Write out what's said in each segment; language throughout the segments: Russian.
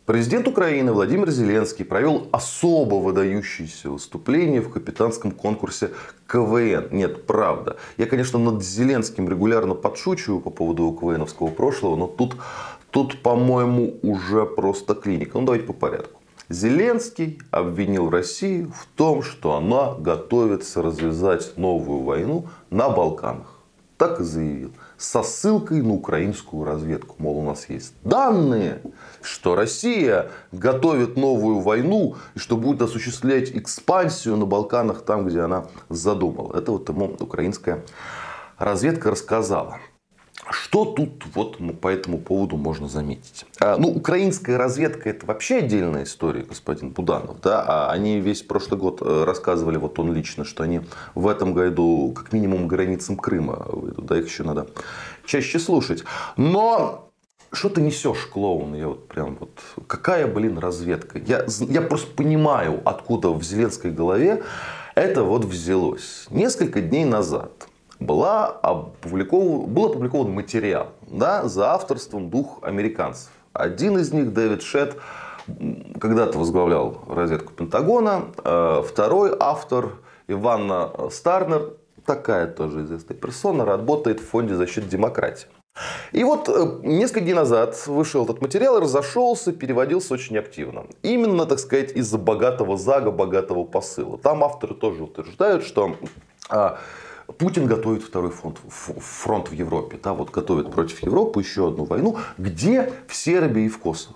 Президент Украины Владимир Зеленский провел особо выдающееся выступление в капитанском конкурсе КВН. Нет, правда. Я, конечно, над Зеленским регулярно подшучиваю по поводу его КВНовского прошлого, но тут, по-моему, уже просто клиника. Ну, давайте по порядку. Зеленский обвинил Россию в том, что она готовится развязать новую войну на Балканах. Так и заявил. Со ссылкой на украинскую разведку. Мол, у нас есть данные, что Россия готовит новую войну и что будет осуществлять экспансию на Балканах там, где она задумала. Это вот ему украинская разведка рассказала. Что тут вот по этому поводу можно заметить? Украинская разведка — это вообще отдельная история, господин Буданов. Да? Они весь прошлый год рассказывали, вот он лично, что они в этом году как минимум к границам Крыма выйдут. Да, их еще надо чаще слушать. Но что ты несешь, клоун? Какая, разведка? Я просто понимаю, откуда в зеленской голове это вот взялось. Несколько дней назад был опубликован материал, да, за авторством двух американцев. Один из них, Дэвид Шетт, когда-то возглавлял разведку Пентагона. Второй автор, Иванна Старнер, такая тоже известная персона, работает в Фонде защиты демократии. И вот несколько дней назад вышел этот материал и разошелся, переводился очень активно. Именно, так сказать, из-за богатого зага, богатого посыла. Там авторы тоже утверждают, что Путин готовит второй фронт в Европе. Да, вот готовит против Европы еще одну войну. Где? В Сербии и в Косово.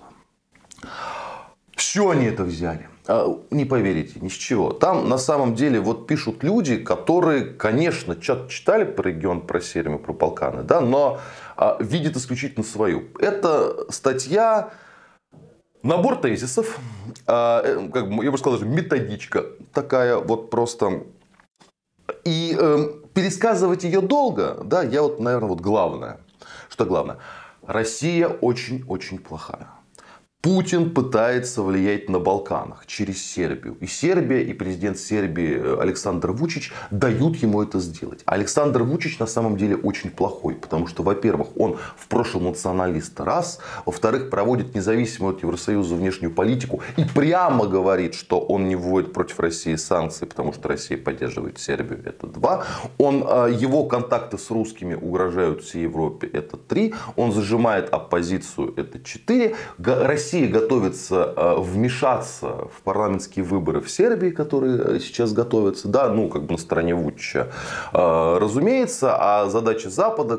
Все они это взяли. Не поверите, ни с чего. Там на самом деле вот пишут люди, которые, конечно, читали про регион, про Сербию, про Балканы, да, но видят исключительно свою. Это статья, набор тезисов, я бы сказал, даже методичка такая вот просто. И пересказывать ее долго, да, наверное, главное. Что главное? Россия очень-очень плохая. Путин пытается влиять на Балканах через Сербию. И Сербия, и президент Сербии Александр Вучич дают ему это сделать. Александр Вучич на самом деле очень плохой. Потому что, во-первых, он в прошлом националист, раз. Во-вторых, проводит независимую от Евросоюза внешнюю политику. И прямо говорит, что он не вводит против России санкции, потому что Россия поддерживает Сербию. Это два. Его контакты с русскими угрожают всей Европе. Это три. Он зажимает оппозицию. Это четыре. Россия готовится вмешаться в парламентские выборы в Сербии, которые сейчас готовятся, да, на стороне Вучича, разумеется, а задача Запада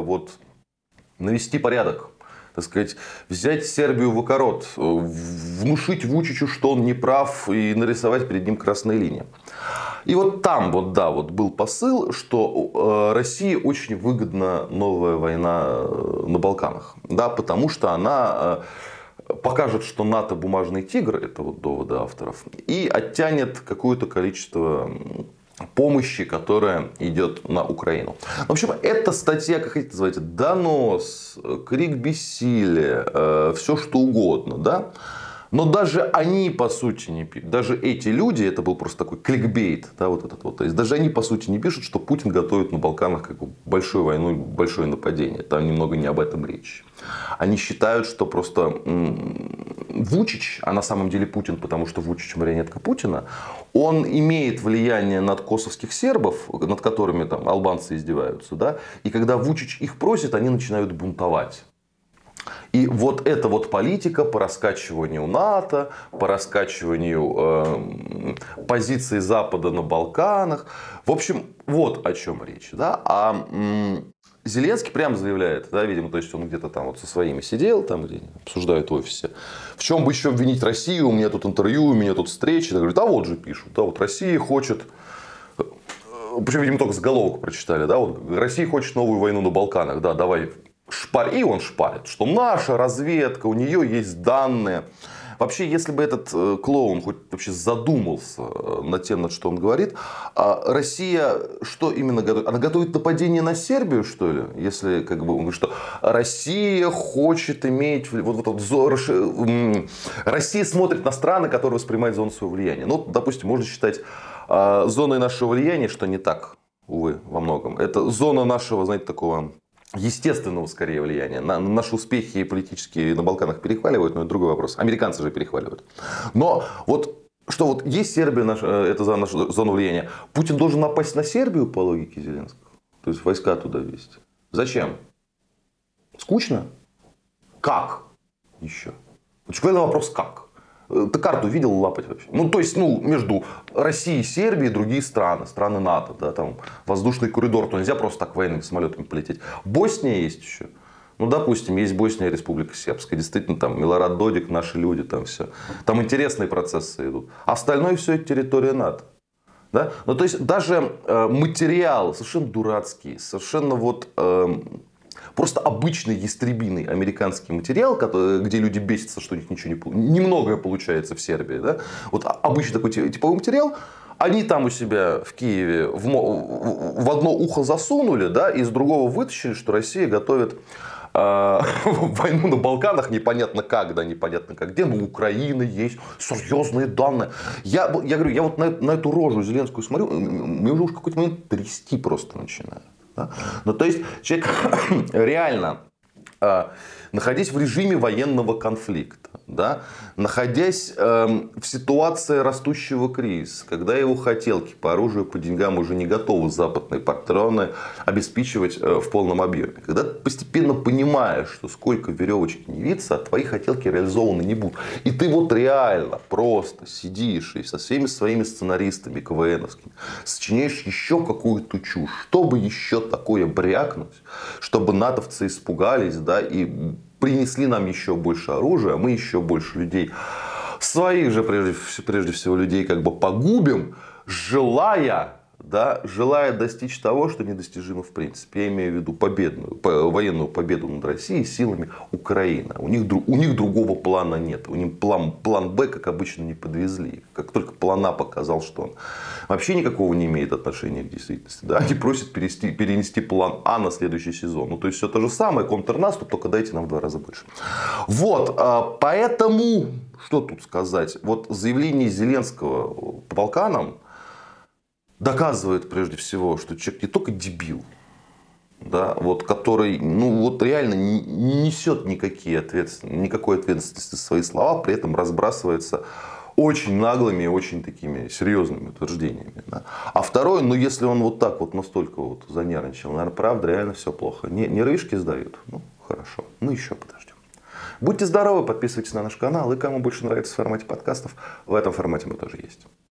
навести порядок, так сказать, взять Сербию в окорот, внушить Вучичу, что он не прав, и нарисовать перед ним красные линии. И вот там был посыл, что России очень выгодна новая война на Балканах, да, потому что она покажет, что НАТО бумажный тигр, это вот доводы авторов, и оттянет какое-то количество помощи, которая идет на Украину. В общем, эта статья, как хотите называйте, донос, крик бессилия, все что угодно, да. Но даже они, по сути, не пишут. Даже эти люди, это был просто такой кликбейт. Да, то есть, даже они, по сути, не пишут, что Путин готовит на Балканах большую войну, большое нападение. Там немного не об этом речь. Они считают, что просто Вучич, а на самом деле Путин, потому что Вучич марионетка Путина, он имеет влияние над косовских сербов, над которыми там албанцы издеваются. Да? И когда Вучич их просит, они начинают бунтовать. И вот эта вот политика по раскачиванию НАТО, по раскачиванию позиции Запада на Балканах. В общем, вот о чем речь. Да? А Зеленский прямо заявляет, да, видимо, то есть он где-то там вот со своими сидел, там где обсуждают в офисе. В чем бы еще обвинить Россию? У меня тут интервью, у меня тут встречи. Говорит, а вот же пишут, да, вот Россия хочет. Причем, видимо, только заголовок прочитали, да, вот Россия хочет новую войну на Балканах, да, давай. И он шпарит, что наша разведка, у нее есть данные. Вообще, если бы этот клоун хоть вообще задумался над тем, над что он говорит, Россия что именно готовит? Она готовит нападение на Сербию, что ли? Если он говорит, что Россия хочет иметь... Россия смотрит на страны, которые воспринимают зону своего влияния. Ну, допустим, можно считать зоной нашего влияния, что не так, увы, во многом. Это зона нашего, знаете, такого естественного скорее влияния. Наши успехи политические на Балканах перехваливают, но это другой вопрос. Американцы же перехваливают. Но вот что вот есть Сербия, это за нашу зону влияния. Путин должен напасть на Сербию по логике Зеленского? То есть войска туда везти. Зачем? Скучно? Как? Еще. Главный вопрос как? Ты карту видел лапать вообще? Ну, то есть, между Россией и Сербией и другие страны. Страны НАТО. Да, там воздушный коридор. То нельзя просто так военными самолетами полететь. Босния есть еще. Ну, допустим, есть Босния, Республика Сербская. Действительно, там Милорад Додик, наши люди, там все. Там интересные процессы идут. Остальное все это территория НАТО. Да? Ну, то есть, даже материал совершенно дурацкий, совершенно вот просто обычный ястребиный американский материал, где люди бесятся, что у них ничего немногое получается в Сербии. Да? Вот обычный такой типовой материал. Они там у себя в Киеве в одно ухо засунули, да, и из другого вытащили, что Россия готовит войну на Балканах, непонятно как, да, непонятно как, где, у Украины есть серьезные данные. Я говорю, я вот на эту рожу Зеленскую смотрю, мне уже в какой-то момент трясти просто начинает. Да? Ну, то есть, человек реально, находясь в режиме военного конфликта, да, находясь в ситуации растущего кризиса, когда его хотелки по оружию, по деньгам уже не готовы западные патроны обеспечивать в полном объеме, когда ты постепенно понимаешь, что сколько веревочек не виться, а твои хотелки реализованы не будут. И ты вот реально просто сидишь и со всеми своими сценаристами КВНовскими сочиняешь еще какую-то чушь, чтобы еще такое брякнуть, чтобы натовцы испугались, да, и принесли нам еще больше оружия, а мы еще больше людей, своих же прежде всего людей, как бы погубим, желая достичь того, что недостижимо в принципе. Я имею в виду военную победу над Россией силами Украины. У них другого плана нет. У них план Б, как обычно, не подвезли. Как только план А показал, что он вообще никакого не имеет отношения к действительности, да, они просят перенести план А на следующий сезон. Ну, то есть, все то же самое, контрнаступ, только дайте нам в 2 раза больше. Вот, поэтому, что тут сказать? Вот заявление Зеленского по Балканам доказывает прежде всего, что человек не только дебил, да, вот, который реально не несет никакой ответственности за свои слова, при этом разбрасывается очень наглыми и очень такими серьезными утверждениями. Да. А второе, если он вот так вот настолько вот занервничал, наверное, правда, реально все плохо. Не рыжки сдают. Ну, хорошо, мы еще подождем. Будьте здоровы, подписывайтесь на наш канал. И кому больше нравится в формате подкастов, в этом формате мы тоже есть.